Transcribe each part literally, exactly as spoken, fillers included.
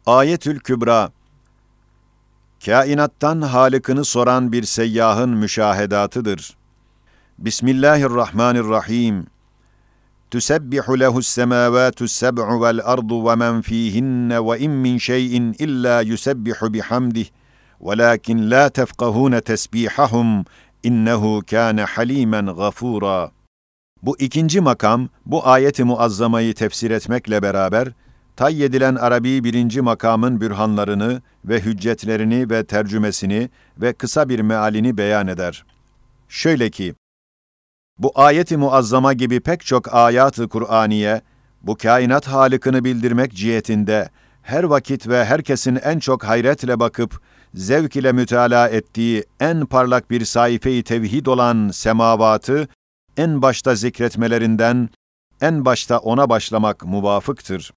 Ayetül Kübra, kainattan Halık'ını soran bir seyyahın müşahedatıdır. Bismillahirrahmanirrahim. Tüsebbihu lehus semâvâtus seb'u vel ardu ve men fîhinne ve in min şeyin illa yusebbihu bihamdih velakin la tefkahûne tesbihahum innehu kâne halîmen gafûrâ. Bu ikinci makam, bu ayet-i muazzamayı tefsir etmekle beraber, tay edilen Arabi birinci makamın bürhanlarını ve hüccetlerini ve tercümesini ve kısa bir mealini beyan eder. Şöyle ki, bu ayet-i muazzama gibi pek çok ayat-ı Kur'aniye, bu kainat halıkını bildirmek cihetinde, her vakit ve herkesin en çok hayretle bakıp, zevk ile mütalaa ettiği en parlak bir sayfe-i tevhid olan semavatı, en başta zikretmelerinden, en başta ona başlamak muvafıktır.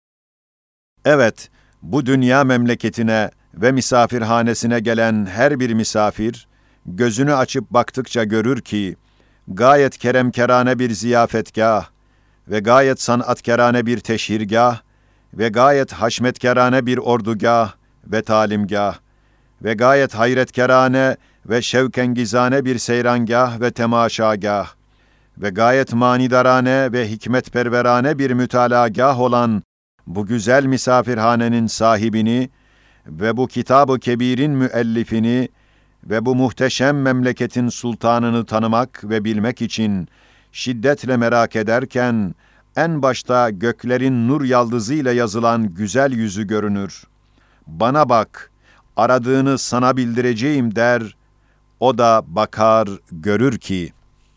Evet, bu dünya memleketine ve misafirhanesine gelen her bir misafir, gözünü açıp baktıkça görür ki, gayet keremkerane bir ziyafetgâh ve gayet sanatkerane bir teşhirgâh ve gayet haşmetkerane bir ordugâh ve talimgâh ve gayet hayretkerane ve şevkengizane bir seyrangâh ve temaşagâh ve gayet manidarane ve hikmetperverane bir mütalagâh olan bu güzel misafirhanenin sahibini ve bu kitab-ı kebirin müellifini ve bu muhteşem memleketin sultanını tanımak ve bilmek için şiddetle merak ederken, en başta göklerin nur yaldızıyla yazılan güzel yüzü görünür. Bana bak, aradığını sana bildireceğim der, o da bakar, görür ki,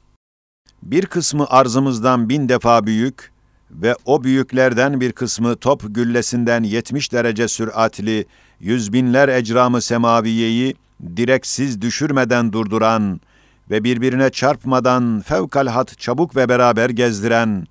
bir kısmı arzımızdan bin defa büyük ve o büyüklerden bir kısmı top güllesinden yetmiş derece süratli, yüz binler ecram-ı semaviyeyi direksiz düşürmeden durduran ve birbirine çarpmadan fevkalhat çabuk ve beraber gezdiren,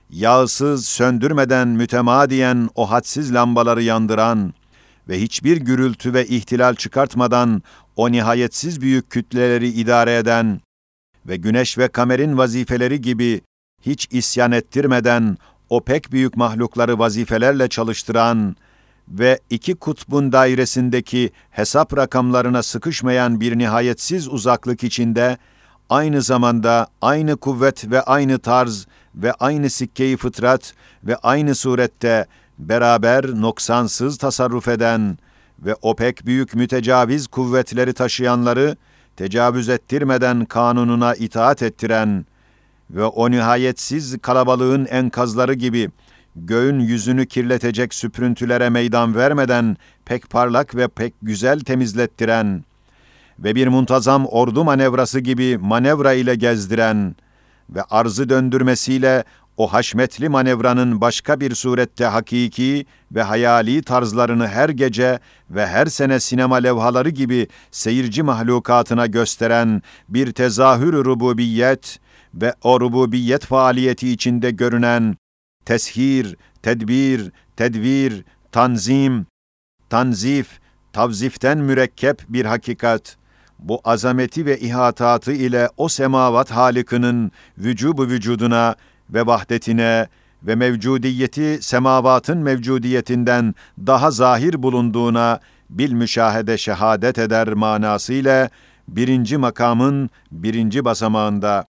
yağsız söndürmeden mütemadiyen o hadsiz lambaları yandıran ve hiçbir gürültü ve ihtilal çıkartmadan o nihayetsiz büyük kütleleri idare eden ve güneş ve kamerin vazifeleri gibi hiç isyan ettirmeden o pek büyük mahlukları vazifelerle çalıştıran ve iki kutbun dairesindeki hesap rakamlarına sıkışmayan bir nihayetsiz uzaklık içinde, aynı zamanda aynı kuvvet ve aynı tarz ve aynı sikke-i fıtrat ve aynı surette beraber noksansız tasarruf eden ve o pek büyük mütecaviz kuvvetleri taşıyanları tecavüz ettirmeden kanununa itaat ettiren ve o nihayetsiz kalabalığın enkazları gibi göğün yüzünü kirletecek süprüntülere meydan vermeden pek parlak ve pek güzel temizlettiren ve bir muntazam ordu manevrası gibi manevra ile gezdiren ve arzı döndürmesiyle o haşmetli manevranın başka bir surette hakiki ve hayali tarzlarını her gece ve her sene sinema levhaları gibi seyirci mahlukatına gösteren bir tezahür-ü rububiyet ve o rububiyet faaliyeti içinde görünen teshir, tedbir, tedvir, tanzim, tanzif, tavziften mürekkep bir hakikat, bu azameti ve ihatatı ile o semavat halikinin vücubu vücuduna ve vahdetine ve mevcudiyeti semavatın mevcudiyetinden daha zahir bulunduğuna bil müşahede şehadet eder manasıyla birinci makamın birinci basamağında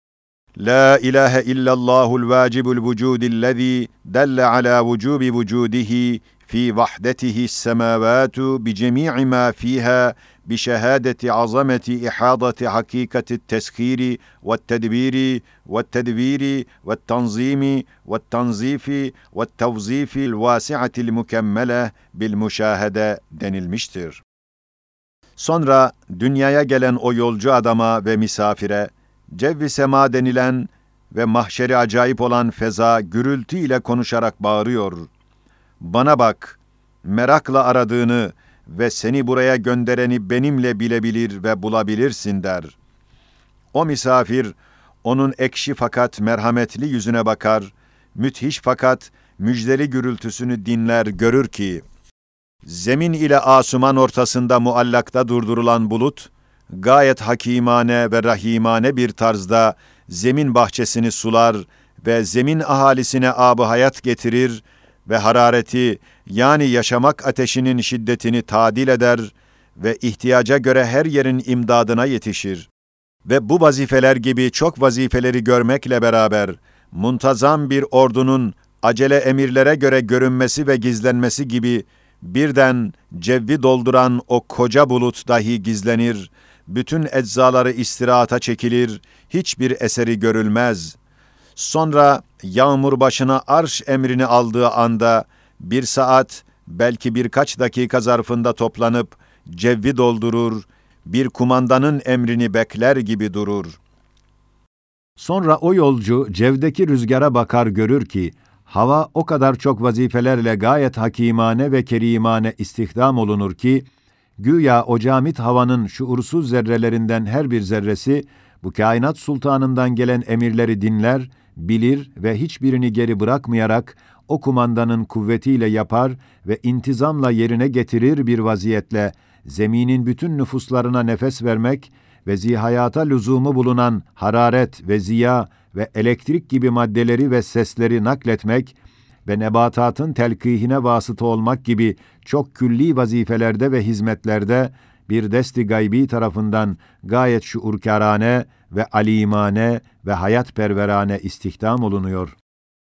La ilahe illallahul vacibul vücudillezî delle alâ vücûbi vücûdihi fî vahdetihi semâvâtu bi cemî'i mâ fîhâ bi şehâdeti azameti ihâdati hakîkati teshîri ve tedbîri ve tedvîri ve tanzîmi ve tanzîfi ve tevzîfil vâsi'atil mükemmele bil müşahede denilmiştir. Sonra dünyaya gelen o yolcu adama ve misafire Cevv-i sema denilen ve mahşeri acayip olan feza gürültü ile konuşarak bağırıyor. Bana bak, merakla aradığını ve seni buraya göndereni benimle bilebilir ve bulabilirsin der. O misafir, onun ekşi fakat merhametli yüzüne bakar, müthiş fakat müjdeli gürültüsünü dinler, görür ki, zemin ile asuman ortasında muallakta durdurulan bulut, gayet hakimane ve rahimane bir tarzda zemin bahçesini sular ve zemin ahalisine âb-ı hayat getirir ve harareti yani yaşamak ateşinin şiddetini tadil eder ve ihtiyaca göre her yerin imdadına yetişir. Ve bu vazifeler gibi çok vazifeleri görmekle beraber, muntazam bir ordunun acele emirlere göre görünmesi ve gizlenmesi gibi, birden cevvi dolduran o koca bulut dahi gizlenir, bütün eczaları istirahata çekilir, hiçbir eseri görülmez. Sonra yağmur başına arş emrini aldığı anda, bir saat, belki birkaç dakika zarfında toplanıp, cevvi doldurur, bir kumandanın emrini bekler gibi durur. Sonra o yolcu cevdeki rüzgara bakar görür ki, hava o kadar çok vazifelerle gayet hakimane ve kerimane istihdam olunur ki, güya o camit havanın şuursuz zerrelerinden her bir zerresi, bu kainat sultanından gelen emirleri dinler, bilir ve hiçbirini geri bırakmayarak, o kumandanın kuvvetiyle yapar ve intizamla yerine getirir bir vaziyetle, zeminin bütün nüfuslarına nefes vermek ve zihayata lüzumu bulunan hararet ve ziya ve elektrik gibi maddeleri ve sesleri nakletmek ve nebatatın telkihine vasıta olmak gibi çok külli vazifelerde ve hizmetlerde bir desti gaybi tarafından gayet şuurkârane ve alimane ve hayatperverane istihdam olunuyor.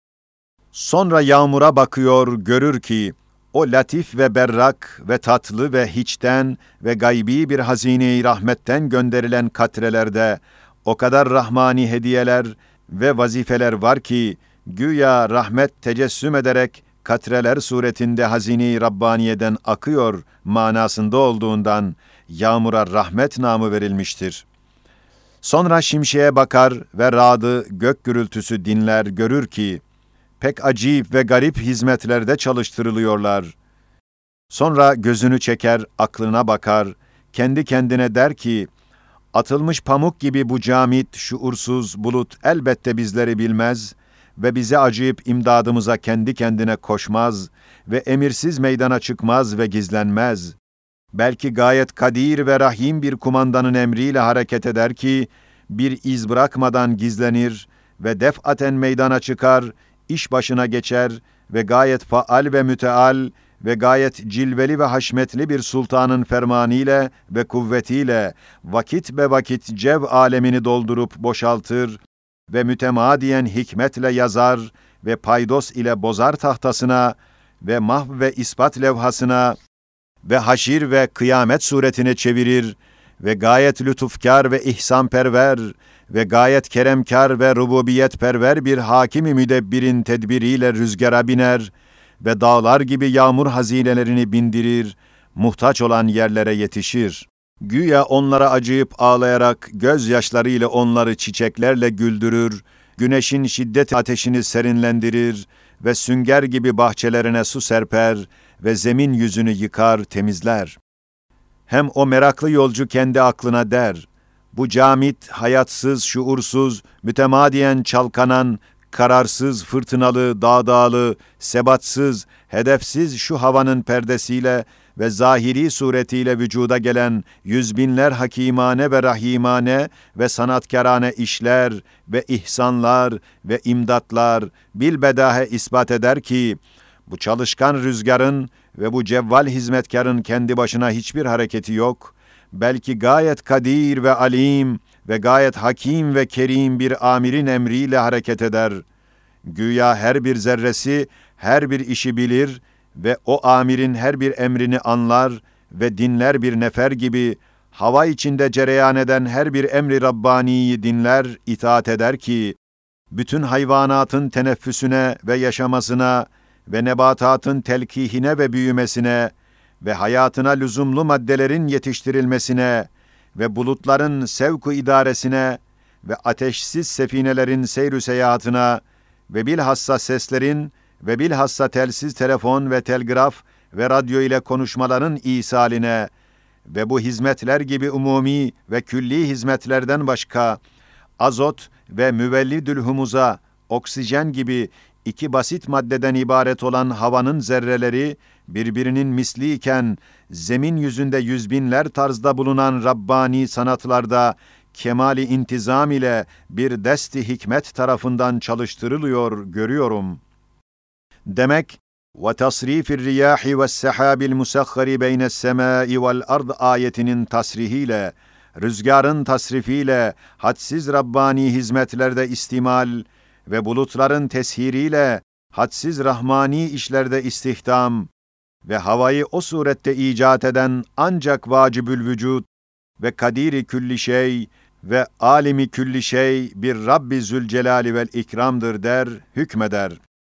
Sonra yağmura bakıyor, görür ki, o latif ve berrak ve tatlı ve hiçten ve gaybi bir hazine-i rahmetten gönderilen katrelerde o kadar rahmani hediyeler ve vazifeler var ki, güya rahmet tecessüm ederek katreler suretinde hazine-i Rabbaniye'den akıyor manasında olduğundan yağmura rahmet namı verilmiştir. Sonra şimşeğe bakar ve ra'dı gök gürültüsü dinler, görür ki, pek acayip ve garip hizmetlerde çalıştırılıyorlar. Sonra gözünü çeker, aklına bakar, kendi kendine der ki, atılmış pamuk gibi bu camit, şuursuz bulut elbette bizleri bilmez ve bize acıyıp imdadımıza kendi kendine koşmaz ve emirsiz meydana çıkmaz ve gizlenmez. Belki gayet kadir ve rahim bir kumandanın emriyle hareket eder ki, bir iz bırakmadan gizlenir ve defaten meydana çıkar, iş başına geçer ve gayet faal ve müteal ve gayet cilveli ve haşmetli bir sultanın fermanıyla ve kuvvetiyle vakit be vakit cev alemini doldurup boşaltır ve mütemadiyen hikmetle yazar ve paydos ile bozar tahtasına ve mahv ve ispat levhasına ve haşir ve kıyamet suretine çevirir ve gayet lütufkar ve ihsanperver ve gayet keremkar ve rububiyetperver bir hakimi müdebbirin tedbiriyle rüzgara biner ve dağlar gibi yağmur hazinelerini bindirir, muhtaç olan yerlere yetişir. Güya onlara acıyıp ağlayarak gözyaşlarıyla onları çiçeklerle güldürür, güneşin şiddet ateşini serinlendirir ve sünger gibi bahçelerine su serper ve zemin yüzünü yıkar, temizler. Hem o meraklı yolcu kendi aklına der, bu camit, hayatsız, şuursuz, mütemadiyen çalkanan, kararsız, fırtınalı, dağdağlı, sebatsız, hedefsiz şu havanın perdesiyle ve zahiri suretiyle vücuda gelen yüz binler hakimane ve rahimane ve sanatkarane işler ve ihsanlar ve imdatlar bilbedahe ispat eder ki, bu çalışkan rüzgarın ve bu cevval hizmetkarın kendi başına hiçbir hareketi yok, belki gayet kadir ve alim ve gayet hakim ve kerim bir amirin emriyle hareket eder. Güya her bir zerresi her bir işi bilir ve o amirin her bir emrini anlar ve dinler bir nefer gibi, hava içinde cereyan eden her bir emri Rabbani'yi dinler, itaat eder ki, bütün hayvanatın teneffüsüne ve yaşamasına ve nebatatın telkihine ve büyümesine ve hayatına lüzumlu maddelerin yetiştirilmesine ve bulutların sevk-u idaresine ve ateşsiz sefinelerin seyr-ü seyahatına ve bilhassa seslerin ve bilhassa telsiz telefon ve telgraf ve radyo ile konuşmaların isaline ve bu hizmetler gibi umumi ve külli hizmetlerden başka azot ve müvellidül humuza, oksijen gibi iki basit maddeden ibaret olan havanın zerreleri birbirinin misli iken zemin yüzünde yüz binler tarzda bulunan Rabbani sanatlarda kemali intizam ile bir desti hikmet tarafından çalıştırılıyor görüyorum. Demek ve tasrifir riyahi ve sehabil musakhkhari beyne's semai vel ard ayetinin tasrihiyle, rüzgarın tasrifiyle, hadsiz Rabbani hizmetlerde istimal ve bulutların teshiriyle, hadsiz Rahmani işlerde istihdam ve havayı o surette icat eden ancak vacibül vücud ve kadiri külli şey ve alimi külli şey bir Rabbi Zülcelali vel ikramdır der, hükmeder.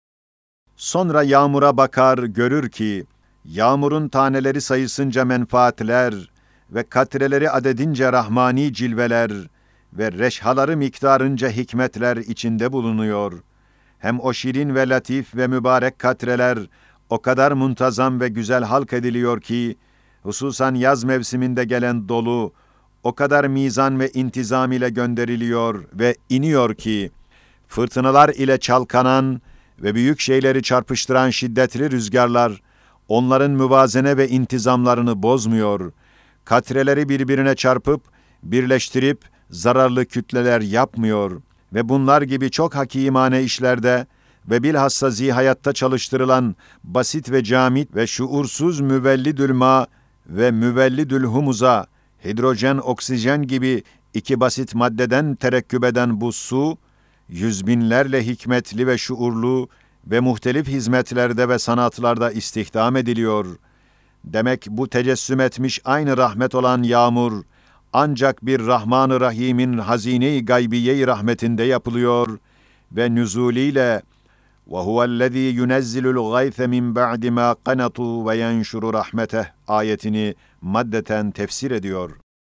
Sonra yağmura bakar, görür ki, yağmurun taneleri sayısınca menfaatler ve katreleri adedince rahmani cilveler ve reşhaları miktarınca hikmetler içinde bulunuyor. Hem o şirin ve latif ve mübarek katreler o kadar muntazam ve güzel halk ediliyor ki, hususan yaz mevsiminde gelen dolu, o kadar mizan ve intizam ile gönderiliyor ve iniyor ki, fırtınalar ile çalkanan ve büyük şeyleri çarpıştıran şiddetli rüzgarlar, onların müvazene ve intizamlarını bozmuyor, katreleri birbirine çarpıp, birleştirip, zararlı kütleler yapmıyor ve bunlar gibi çok hakimane işlerde ve bilhassa zihayatta çalıştırılan basit ve camit ve şuursuz müvellidül ma ve müvellidül humuza, hidrojen, oksijen gibi iki basit maddeden terekküp eden bu su, yüz binlerle hikmetli ve şuurlu ve muhtelif hizmetlerde ve sanatlarda istihdam ediliyor. Demek bu tecessüm etmiş aynı rahmet olan yağmur, ancak bir Rahman-ı Rahim'in hazine-i gaybiye-i rahmetinde yapılıyor ve nüzuliyle وَهُوَ الَّذ۪ي يُنَزِّلُ الْغَيْثَ مِنْ بَعْدِ مَا قَنَطُوا وَيَنْشُرُ رَحْمَتَهِ ayetini maddeten tefsir ediyor.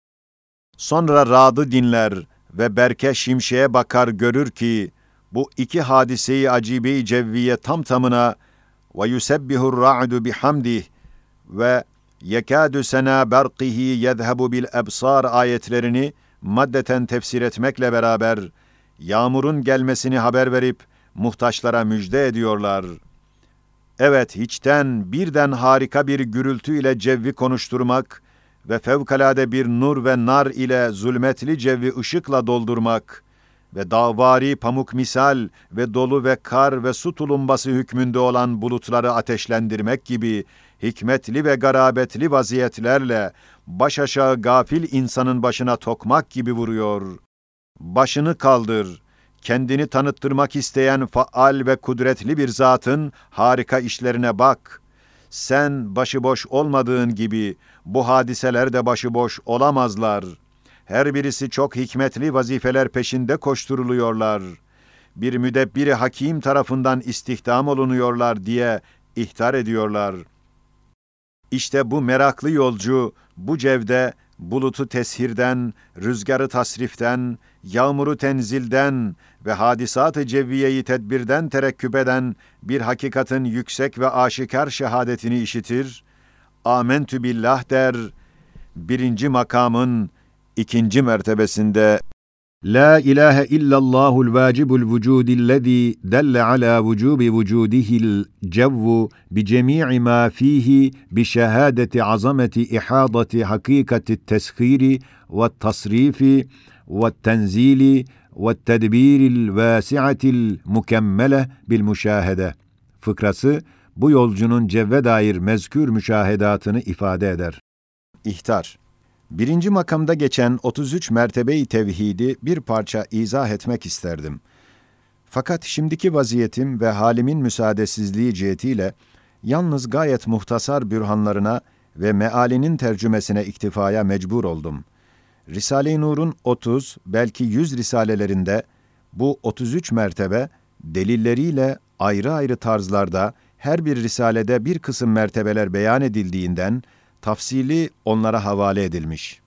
Sonra Ra'dı dinler ve berke şimşeğe bakar görür ki, bu iki hadiseyi acibe-i cevviye tam tamına وَيُسَبِّهُ الرَّعْدُ بِحَمْدِهِ ve yekâdü senâ berqihi yezhebu bil ebsar ayetlerini maddeten tefsir etmekle beraber, yağmurun gelmesini haber verip, muhtaçlara müjde ediyorlar. Evet, hiçten birden harika bir gürültü ile cevvi konuşturmak ve fevkalade bir nur ve nar ile zulmetli cevvi ışıkla doldurmak ve dağvari pamuk misal ve dolu ve kar ve su tulumbası hükmünde olan bulutları ateşlendirmek gibi hikmetli ve garabetli vaziyetlerle baş aşağı gafil insanın başına tokmak gibi vuruyor. Başını kaldır, kendini tanıttırmak isteyen faal ve kudretli bir zatın harika işlerine bak. Sen başıboş olmadığın gibi bu hadiseler de başıboş olamazlar. Her birisi çok hikmetli vazifeler peşinde koşturuluyorlar. Bir müdebbir-i hakim tarafından istihdam olunuyorlar diye ihtar ediyorlar. İşte bu meraklı yolcu, bu cevde, bulutu teshirden, rüzgarı tasriften, yağmuru tenzilden ve hadisat-ı cevviyeyi tedbirden terekküp eden bir hakikatin yüksek ve aşikar şehadetini işitir, Âmentü billah der, birinci makamın ikinci mertebesinde La ilahe illallahul vacibul vücudillezî delle alâ vücûbi vücûdihil cevvu bi cemî'i mâ fîhî bi şehâdeti azameti ihâdati hakîkati teshîri ve tasrifi ve tenzîli ve tedbîril vâsi'atil mükemmele bil müşâhede. Fıkrası, bu yolcunun cevve dair mezkür müşahedatını ifade eder. İhtar. Birinci makamda geçen otuz üç mertebe-i tevhidi bir parça izah etmek isterdim. Fakat şimdiki vaziyetim ve halimin müsaadesizliği cihetiyle yalnız gayet muhtasar bürhanlarına ve mealinin tercümesine iktifaya mecbur oldum. Risale-i Nur'un otuz, belki yüz risalelerinde bu otuz üç mertebe delilleriyle ayrı ayrı tarzlarda her bir risalede bir kısım mertebeler beyan edildiğinden tafsili onlara havale edilmiş.